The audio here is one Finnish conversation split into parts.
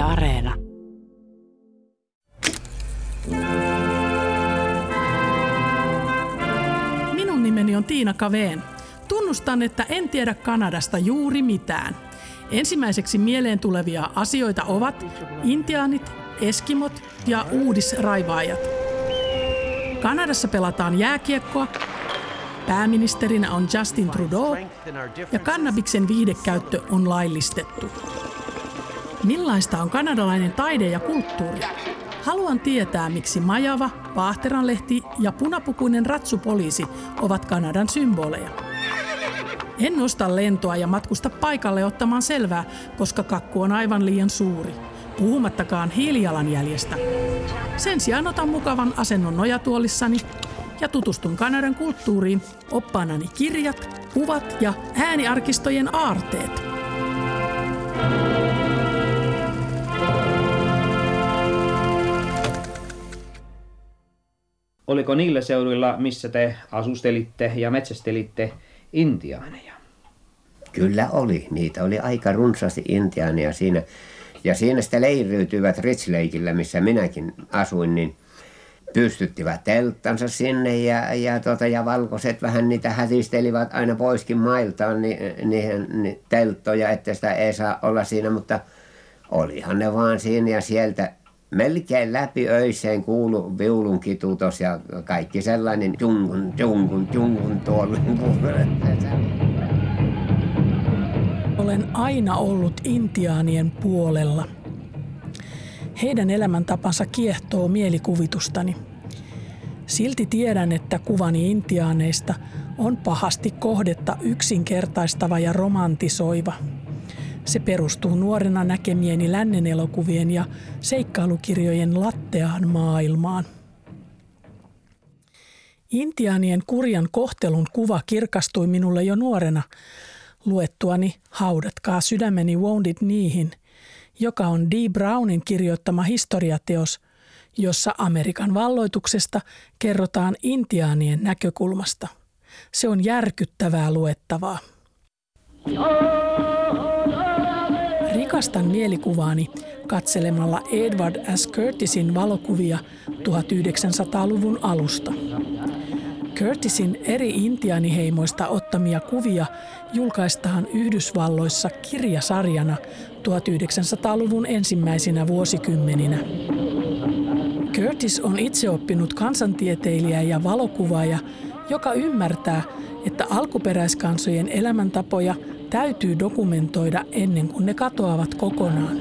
Areena. Minun nimeni on Tiina Kaveen. Tunnustan, että en tiedä Kanadasta juuri mitään. Ensimmäiseksi mieleen tulevia asioita ovat intiaanit, eskimot ja uudisraivaajat. Kanadassa pelataan jääkiekkoa, pääministerinä on Justin Trudeau ja kannabiksen viihdekäyttö on laillistettu. Millaista on kanadalainen taide ja kulttuuri? Haluan tietää, miksi majava, vaahteranlehti ja punapukuinen ratsupoliisi ovat Kanadan symboleja. En nosta lentoa ja matkusta paikalle ottamaan selvää, koska kakku on aivan liian suuri. Puhumattakaan hiilijalanjäljestä. Sen sijaan otan mukavan asennon nojatuolissani ja tutustun Kanadan kulttuuriin oppaanani kirjat, kuvat ja ääniarkistojen aarteet. Oliko niillä seuduilla, missä te asustelitte ja metsästelitte, intiaaneja? Kyllä oli. Niitä oli aika runsaasti intiaaneja siinä. Ja siinä sitten leiriytyivät Rich Lakeillä, missä minäkin asuin, niin pystyttivät telttansa sinne ja valkoiset vähän niitä hätistelivät aina poiskin mailtaan niihin telttoja, että sitä ei saa olla siinä, mutta olihan ne vaan siinä ja sieltä melkein läpi öiseen kuului viulun kitutos ja kaikki sellainen tjungun tuolla. Olen aina ollut intiaanien puolella. Heidän elämäntapansa kiehtoo mielikuvitustani. Silti tiedän, että kuvani intiaaneista on pahasti kohdetta yksinkertaistava ja romantisoiva. Se perustuu nuorena näkemieni lännen elokuvien ja seikkailukirjojen latteaan maailmaan. Intiaanien kurjan kohtelun kuva kirkastui minulle jo nuorena luettuani Haudatkaa sydämeni Wounded Kneehin, joka on Dee Brownin kirjoittama historiateos, jossa Amerikan valloituksesta kerrotaan intiaanien näkökulmasta. Se on järkyttävää luettavaa. Rikastan mielikuvaani katselemalla Edward S. Curtisin valokuvia 1900-luvun alusta. Curtisin eri intiaaniheimoista ottamia kuvia julkaistaan Yhdysvalloissa kirjasarjana 1900-luvun ensimmäisinä vuosikymmeninä. Curtis on itseoppinut kansantieteilijä ja valokuvaaja, joka ymmärtää, että alkuperäiskansojen elämäntapoja täytyy dokumentoida ennen kuin ne katoavat kokonaan.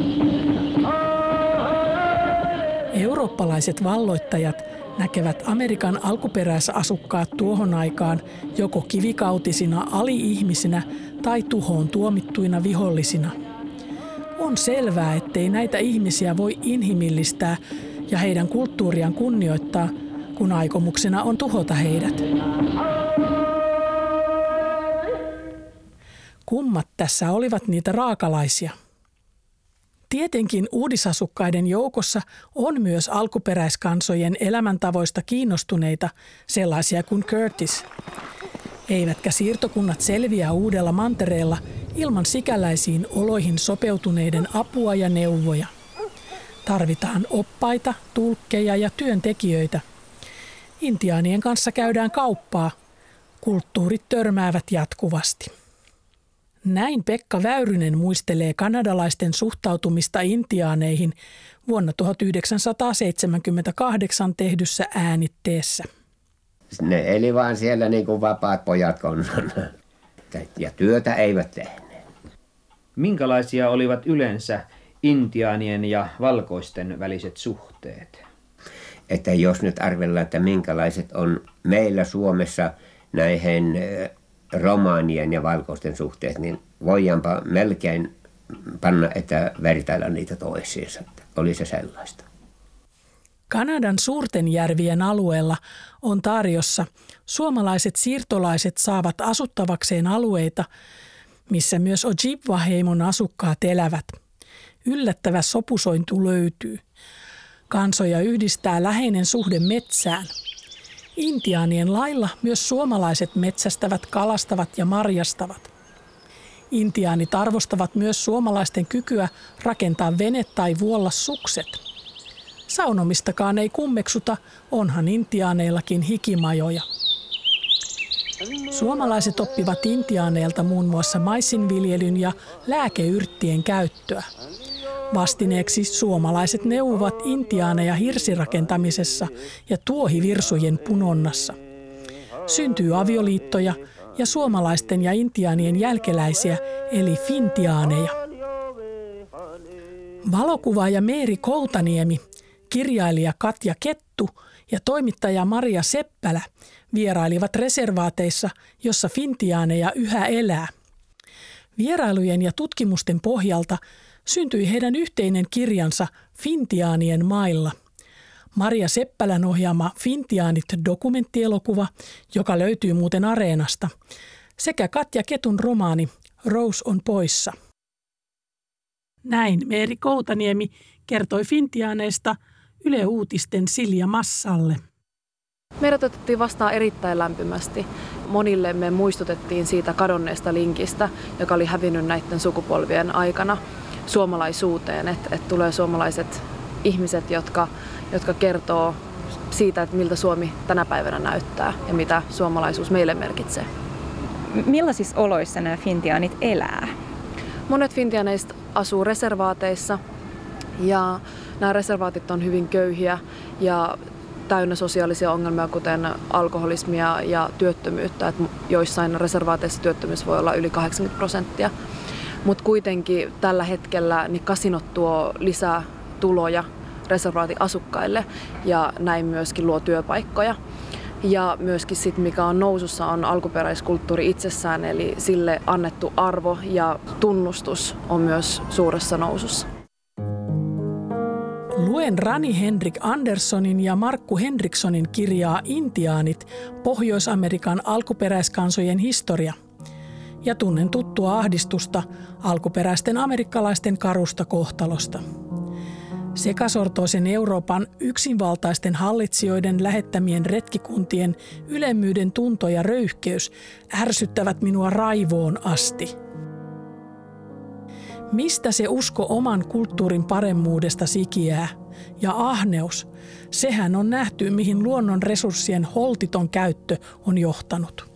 Eurooppalaiset valloittajat näkevät Amerikan alkuperäisasukkaat tuohon aikaan joko kivikautisina ali-ihmisinä tai tuhoon tuomittuina vihollisina. On selvää, ettei näitä ihmisiä voi inhimillistää ja heidän kulttuuriaan kunnioittaa, kun aikomuksena on tuhota heidät. Kummat tässä olivat niitä raakalaisia. Tietenkin uudisasukkaiden joukossa on myös alkuperäiskansojen elämäntavoista kiinnostuneita, sellaisia kuin Curtis. Eivätkä siirtokunnat selviä uudella mantereella ilman sikäläisiin oloihin sopeutuneiden apua ja neuvoja. Tarvitaan oppaita, tulkkeja ja työntekijöitä. Intiaanien kanssa käydään kauppaa. Kulttuurit törmäävät jatkuvasti. Näin Pekka Väyrynen muistelee kanadalaisten suhtautumista intiaaneihin vuonna 1978 tehdyssä äänitteessä. Ne eli vaan siellä niin kuin vapaat pojat konsana ja työtä eivät tehneet. Minkälaisia olivat yleensä intiaanien ja valkoisten väliset suhteet? Että jos nyt arvellaan, että minkälaiset on meillä Suomessa näihin romaanien ja valkoisten suhteet, niin voidaanpa melkein panna, että vertailla niitä toisiinsa. Oli se sellaista. Kanadan suurten järvien alueella on tarjossa suomalaiset siirtolaiset saavat asuttavakseen alueita, missä myös Ojibwa-heimon asukkaat elävät. Yllättävä sopusointu löytyy. Kansoja yhdistää läheinen suhde metsään. Intiaanien lailla myös suomalaiset metsästävät, kalastavat ja marjastavat. Intiaanit arvostavat myös suomalaisten kykyä rakentaa vene tai vuolla sukset. Saunomistakaan ei kummeksuta, onhan intiaaneillakin hikimajoja. Suomalaiset oppivat intiaaneilta muun muassa maisinviljelyn ja lääkeyrttien käyttöä. Vastineeksi suomalaiset neuvovat intiaaneja hirsirakentamisessa ja tuohivirsujen punonnassa. Syntyy avioliittoja ja suomalaisten ja intiaanien jälkeläisiä eli fintiaaneja. Valokuvaaja Meeri Koutaniemi, kirjailija Katja Kettu ja toimittaja Maria Seppälä vierailivat reservaateissa, jossa fintiaaneja yhä elää. Vierailujen ja tutkimusten pohjalta syntyi heidän yhteinen kirjansa Fintiaanien mailla. Maria Seppälän ohjaama Fintiaanit-dokumenttielokuva, joka löytyy muuten Areenasta, sekä Katja Ketun romaani Rose on poissa. Näin Meeri Koutaniemi kertoi fintiaaneista Yle Uutisten Silja Massalle. Meidät otettiin vastaan erittäin lämpimästi. Monille me muistutettiin siitä kadonneesta linkistä, joka oli hävinnyt näiden sukupolvien aikana suomalaisuuteen, että tulee suomalaiset ihmiset, jotka kertoo siitä, että miltä Suomi tänä päivänä näyttää ja mitä suomalaisuus meille merkitsee. Millaisissa oloissa nämä fintiaanit elää? Monet fintiaaneista asuu reservaateissa ja nämä reservaatit on hyvin köyhiä ja täynnä sosiaalisia ongelmia, kuten alkoholismia ja työttömyyttä. Että joissain reservaateissa työttömyys voi olla yli 80%. Mutta kuitenkin tällä hetkellä niin kasinot tuo lisää tuloja reservaatin asukkaille ja näin myöskin luo työpaikkoja. Ja myöskin sit, mikä on nousussa, on alkuperäiskulttuuri itsessään, eli sille annettu arvo ja tunnustus on myös suuressa nousussa. Luen Rani Henrik Anderssonin ja Markku Henrikssonin kirjaa Intiaanit, Pohjois-Amerikan alkuperäiskansojen historia. Ja tunnen tuttua ahdistusta alkuperäisten amerikkalaisten karusta kohtalosta. Sekasortoisen Euroopan yksinvaltaisten hallitsijoiden lähettämien retkikuntien ylemmyyden tunto ja röyhkeys ärsyttävät minua raivoon asti. Mistä se usko oman kulttuurin paremmuudesta sikiää? Ja ahneus, sehän on nähty, mihin luonnon resurssien holtiton käyttö on johtanut.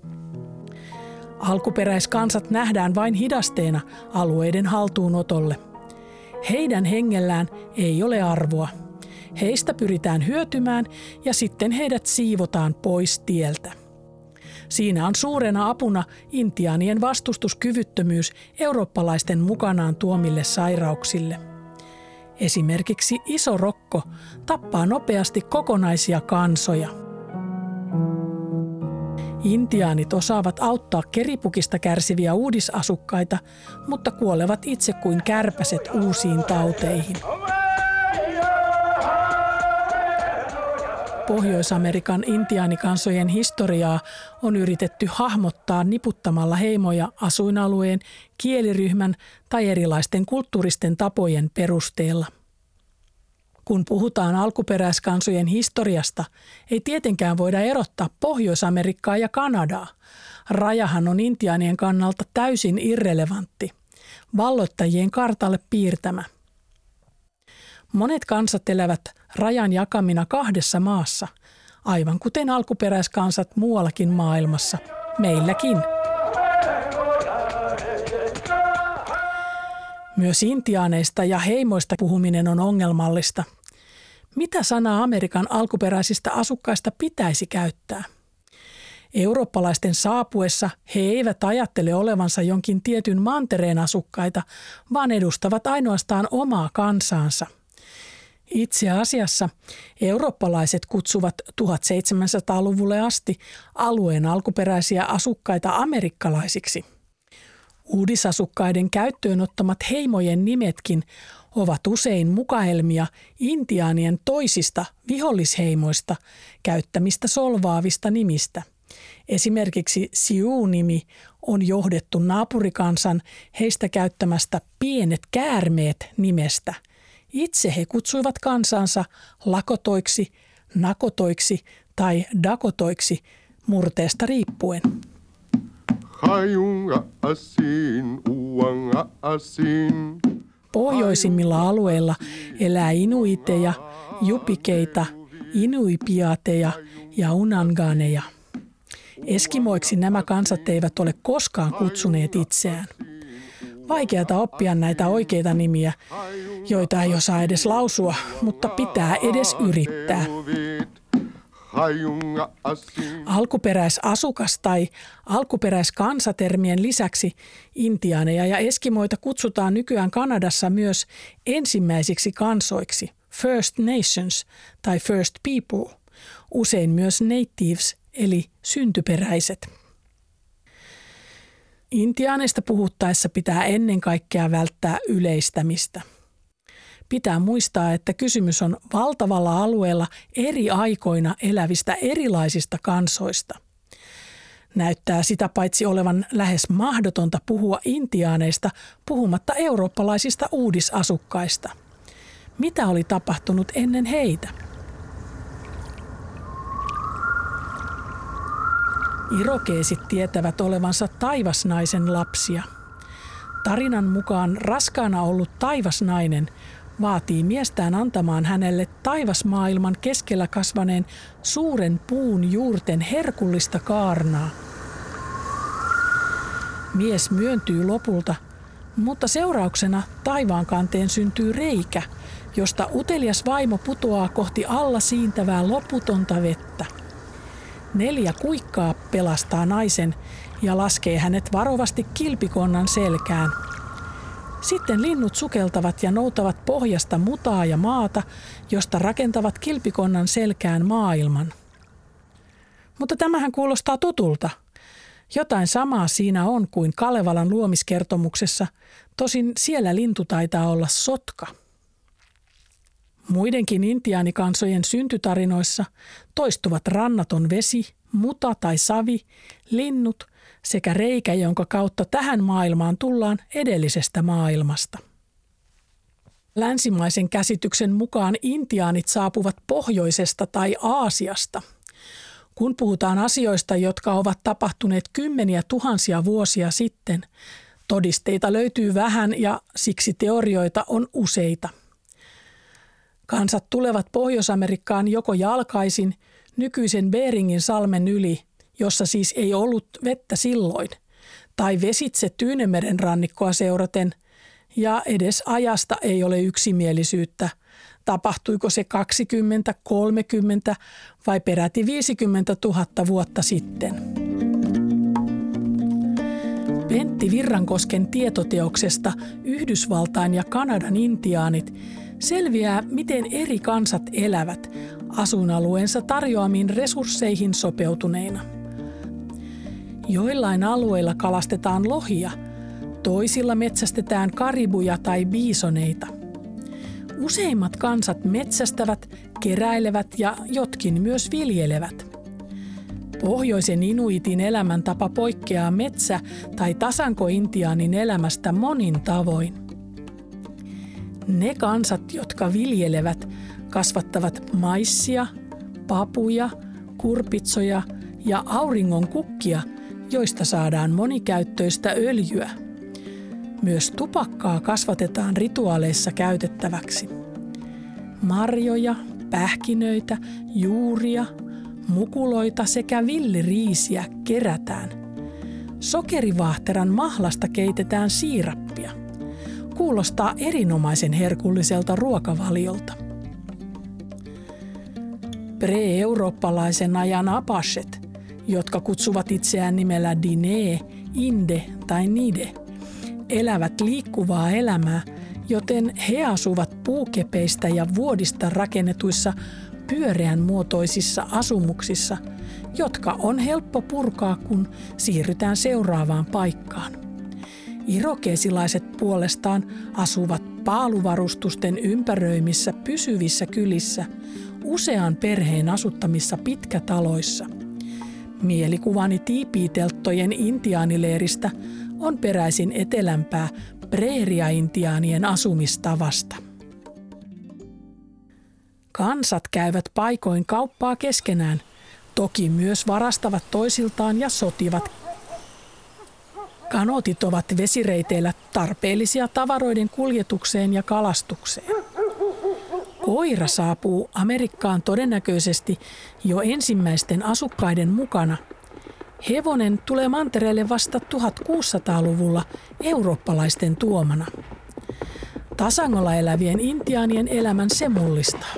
Alkuperäiskansat nähdään vain hidasteena alueiden haltuunotolle. Heidän hengellään ei ole arvoa. Heistä pyritään hyötymään ja sitten heidät siivotaan pois tieltä. Siinä on suurena apuna intiaanien vastustuskyvyttömyys eurooppalaisten mukanaan tuomille sairauksille. Esimerkiksi iso rokko tappaa nopeasti kokonaisia kansoja. Intiaanit osaavat auttaa keripukista kärsiviä uudisasukkaita, mutta kuolevat itse kuin kärpäset uusiin tauteihin. Pohjois-Amerikan intiaanikansojen historiaa on yritetty hahmottaa niputtamalla heimoja asuinalueen, kieliryhmän tai erilaisten kulttuuristen tapojen perusteella. Kun puhutaan alkuperäiskansojen historiasta, ei tietenkään voida erottaa Pohjois-Amerikkaa ja Kanadaa. Rajahan on intiaanien kannalta täysin irrelevantti, valloittajien kartalle piirtämä. Monet kansat elävät rajan jakamina kahdessa maassa, aivan kuten alkuperäiskansat muuallakin maailmassa, meilläkin. Myös intiaaneista ja heimoista puhuminen on ongelmallista. Mitä sanaa Amerikan alkuperäisistä asukkaista pitäisi käyttää? Eurooppalaisten saapuessa he eivät ajattele olevansa jonkin tietyn mantereen asukkaita, vaan edustavat ainoastaan omaa kansaansa. Itse asiassa eurooppalaiset kutsuvat 1700-luvulle asti alueen alkuperäisiä asukkaita amerikkalaisiksi. Uudisasukkaiden käyttöön ottamat heimojen nimetkin ovat usein mukaelmia intiaanien toisista vihollisheimoista käyttämistä solvaavista nimistä. Esimerkiksi Sioux-nimi on johdettu naapurikansan heistä käyttämästä pienet käärmeet nimestä. Itse he kutsuivat kansansa lakotoiksi, nakotoiksi tai dakotoiksi murteesta riippuen. Pohjoisimmilla alueilla elää inuiteja, jupikeita, inuipiateja ja unanganeja. Eskimoiksi nämä kansat eivät ole koskaan kutsuneet itseään. Vaikeata oppia näitä oikeita nimiä, joita ei osaa edes lausua, mutta pitää edes yrittää. Alkuperäisasukas tai alkuperäiskansatermien lisäksi intiaaneja ja eskimoita kutsutaan nykyään Kanadassa myös ensimmäisiksi kansoiksi, First Nations tai First People, usein myös natives eli syntyperäiset. Intiaaneista puhuttaessa pitää ennen kaikkea välttää yleistämistä. Pitää muistaa, että kysymys on valtavalla alueella eri aikoina elävistä erilaisista kansoista. Näyttää sitä paitsi olevan lähes mahdotonta puhua intiaaneista puhumatta eurooppalaisista uudisasukkaista. Mitä oli tapahtunut ennen heitä? Irokeesit tietävät olevansa taivasnaisen lapsia. Tarinan mukaan raskaana ollut taivasnainen vaatii miestään antamaan hänelle taivasmaailman keskellä kasvaneen suuren puun juurten herkullista kaarnaa. Mies myöntyy lopulta, mutta seurauksena taivaankanteen syntyy reikä, josta utelias vaimo putoaa kohti alla siintävää loputonta vettä. 4 kuikkaa pelastaa naisen ja laskee hänet varovasti kilpikonnan selkään. Sitten linnut sukeltavat ja noutavat pohjasta mutaa ja maata, josta rakentavat kilpikonnan selkään maailman. Mutta tämähän kuulostaa tutulta. Jotain samaa siinä on kuin Kalevalan luomiskertomuksessa, tosin siellä lintu taitaa olla sotka. Muidenkin intiaanikansojen syntytarinoissa toistuvat rannaton vesi, muta tai savi, linnut sekä reikä, jonka kautta tähän maailmaan tullaan edellisestä maailmasta. Länsimaisen käsityksen mukaan intiaanit saapuvat pohjoisesta tai Aasiasta. Kun puhutaan asioista, jotka ovat tapahtuneet kymmeniä tuhansia vuosia sitten, todisteita löytyy vähän ja siksi teorioita on useita. Kansat tulevat Pohjois-Amerikkaan joko jalkaisin nykyisen Beringin salmen yli, jossa siis ei ollut vettä silloin, tai vesitse Tyynemeren rannikkoa seuraten, ja edes ajasta ei ole yksimielisyyttä. Tapahtuiko se 20, 30 vai peräti 50 000 vuotta sitten? Pentti Virrankosken tietoteoksesta Yhdysvaltain ja Kanadan intiaanit selviää, miten eri kansat elävät asuinalueensa tarjoamiin resursseihin sopeutuneina. Joillain alueilla kalastetaan lohia, toisilla metsästetään karibuja tai biisoneita. Useimmat kansat metsästävät, keräilevät ja jotkin myös viljelevät. Pohjoisen inuitin elämäntapa poikkeaa metsä- tai tasankointiaanin elämästä monin tavoin. Ne kansat, jotka viljelevät, kasvattavat maissia, papuja, kurpitsoja ja auringon kukkia, joista saadaan monikäyttöistä öljyä. Myös tupakkaa kasvatetaan rituaaleissa käytettäväksi. Marjoja, pähkinöitä, juuria, mukuloita sekä villiriisiä kerätään. Sokerivaahteran mahlasta keitetään siirappia. Kuulostaa erinomaisen herkulliselta ruokavaliolta. Pre-eurooppalaisen ajan apachet, jotka kutsuvat itseään nimellä Diné, Inde tai Nide, elävät liikkuvaa elämää, joten he asuvat puukepeistä ja vuodista rakennetuissa pyöreän muotoisissa asumuksissa, jotka on helppo purkaa, kun siirrytään seuraavaan paikkaan. Irokeesilaiset puolestaan asuvat paaluvarustusten ympäröimissä pysyvissä kylissä, usean perheen asuttamissa pitkätaloissa. Mielikuvani tiipiitelttojen intiaanileiristä on peräisin etelämpää preeria-intiaanien asumistavasta. Kansat käyvät paikoin kauppaa keskenään, toki myös varastavat toisiltaan ja sotivat. Kanootit ovat vesireiteillä tarpeellisia tavaroiden kuljetukseen ja kalastukseen. Koira saapuu Amerikkaan todennäköisesti jo ensimmäisten asukkaiden mukana. Hevonen tulee mantereelle vasta 1600-luvulla eurooppalaisten tuomana. Tasangolla elävien intiaanien elämän se mullistaa.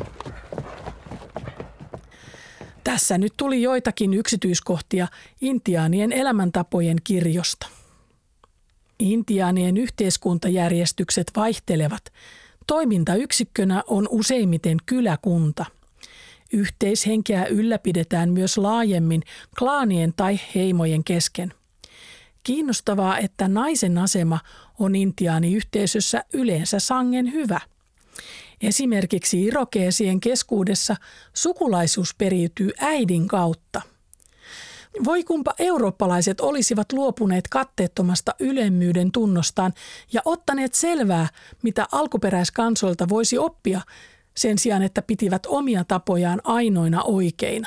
Tässä nyt tuli joitakin yksityiskohtia intiaanien elämäntapojen kirjosta. Intiaanien yhteiskuntajärjestykset vaihtelevat. Toimintayksikkönä on useimmiten kyläkunta. Yhteishenkeä ylläpidetään myös laajemmin klaanien tai heimojen kesken. Kiinnostavaa, että naisen asema on intiaaniyhteisössä yleensä sangen hyvä. Esimerkiksi irokeesien keskuudessa sukulaisuus periytyy äidin kautta. Voi kumpa eurooppalaiset olisivat luopuneet katteettomasta ylemmyyden tunnostaan ja ottaneet selvää, mitä alkuperäiskansoilta voisi oppia, sen sijaan, että pitivät omia tapojaan ainoina oikeina.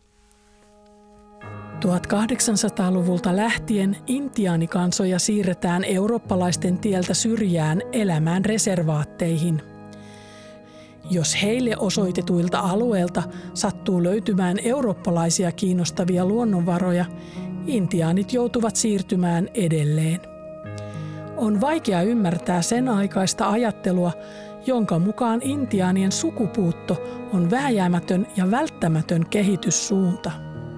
1800-luvulta lähtien intiaanikansoja siirretään eurooppalaisten tieltä syrjään elämään reservaatteihin. Jos heille osoitetuilta alueilta sattuu löytymään eurooppalaisia kiinnostavia luonnonvaroja, intiaanit joutuvat siirtymään edelleen. On vaikea ymmärtää sen aikaista ajattelua, jonka mukaan intiaanien sukupuutto on vääjäämätön ja välttämätön kehityssuunta.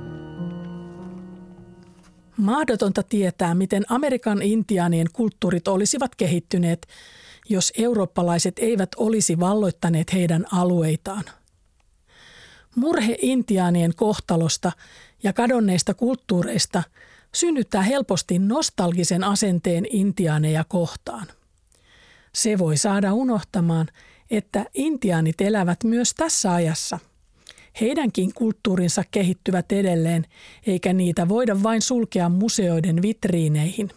Mahdotonta tietää, miten Amerikan intiaanien kulttuurit olisivat kehittyneet, jos eurooppalaiset eivät olisi valloittaneet heidän alueitaan. Murhe intiaanien kohtalosta ja kadonneista kulttuureista synnyttää helposti nostalgisen asenteen intiaaneja kohtaan. Se voi saada unohtamaan, että intiaanit elävät myös tässä ajassa. Heidänkin kulttuurinsa kehittyvät edelleen, eikä niitä voida vain sulkea museoiden vitriineihin.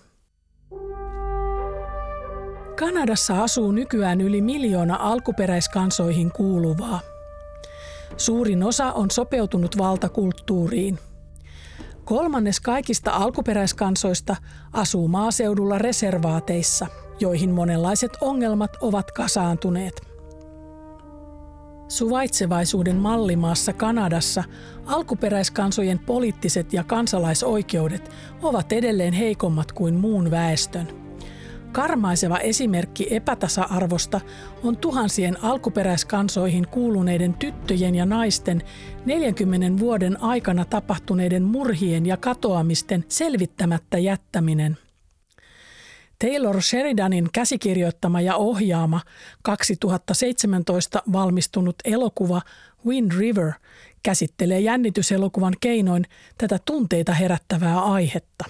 Kanadassa asuu nykyään yli 1 miljoona alkuperäiskansoihin kuuluvaa. Suurin osa on sopeutunut valtakulttuuriin. 1/3 kaikista alkuperäiskansoista asuu maaseudulla reservaateissa, joihin monenlaiset ongelmat ovat kasaantuneet. Suvaitsevaisuuden mallimaassa Kanadassa alkuperäiskansojen poliittiset ja kansalaisoikeudet ovat edelleen heikommat kuin muun väestön. Karmaiseva esimerkki epätasa-arvosta on tuhansien alkuperäiskansoihin kuuluneiden tyttöjen ja naisten 40 vuoden aikana tapahtuneiden murhien ja katoamisten selvittämättä jättäminen. Taylor Sheridanin käsikirjoittama ja ohjaama 2017 valmistunut elokuva Wind River käsittelee jännityselokuvan keinoin tätä tunteita herättävää aihetta.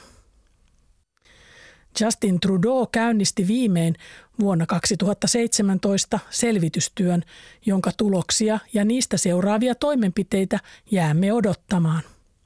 Justin Trudeau käynnisti viimein vuonna 2017 selvitystyön, jonka tuloksia ja niistä seuraavia toimenpiteitä jäämme odottamaan.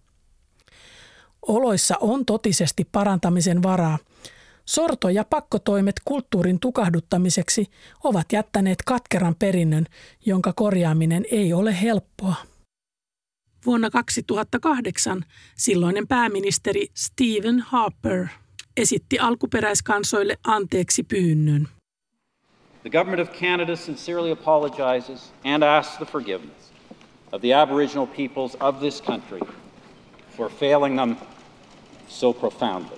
Oloissa on totisesti parantamisen varaa. Sorto- ja pakkotoimet kulttuurin tukahduttamiseksi ovat jättäneet katkeran perinnön, jonka korjaaminen ei ole helppoa. Vuonna 2008 silloinen pääministeri Stephen Harper esitti alkuperäiskansoille anteeksi pyynnön. The government of Canada sincerely apologizes and asks the forgiveness of the Aboriginal peoples of this country for failing them so profoundly.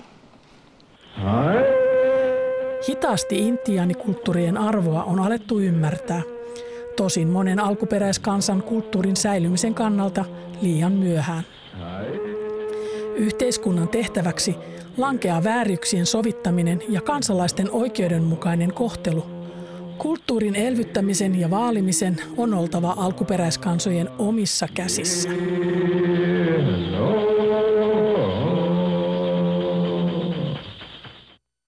Hitaasti intiaanikulttuurien arvoa on alettu ymmärtää, tosin monen alkuperäiskansan kulttuurin säilymisen kannalta liian myöhään. Yhteiskunnan tehtäväksi lankeaa vääryyksien sovittaminen ja kansalaisten oikeudenmukainen kohtelu. Kulttuurin elvyttämisen ja vaalimisen on oltava alkuperäiskansojen omissa käsissä.